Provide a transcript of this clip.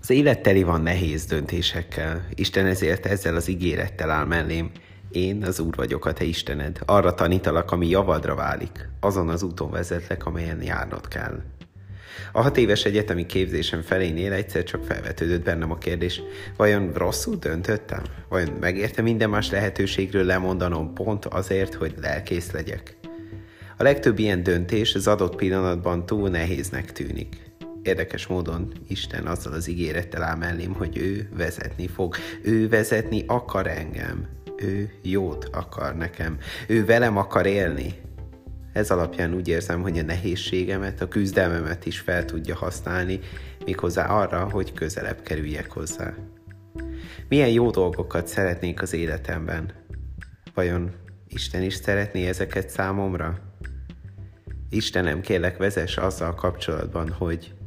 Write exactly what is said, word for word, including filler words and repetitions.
Az élet teli van nehéz döntésekkel. Isten ezért ezzel az ígérettel áll mellém. Én az Úr vagyok, a te Istened. Arra tanítalak, ami javadra válik. Azon az úton vezetlek, amelyen járnod kell. A hat éves egyetemi képzésem felénél egyszer csak felvetődött bennem a kérdés, vajon rosszul döntöttem? Vajon megérte minden más lehetőségről lemondanom pont azért, hogy lelkész legyek? A legtöbb ilyen döntés az adott pillanatban túl nehéznek tűnik. Érdekes módon Isten azzal az ígérettel áll mellém, hogy ő vezetni fog, ő vezetni akar engem, ő jót akar nekem, ő velem akar élni. Ez alapján úgy érzem, hogy a nehézségemet, a küzdelmemet is fel tudja használni, méghozzá arra, hogy közelebb kerüljek hozzá. Milyen jó dolgokat szeretnék az életemben? Vajon Isten is szeretné ezeket számomra? Istenem, kérlek, vezess azzal kapcsolatban, hogy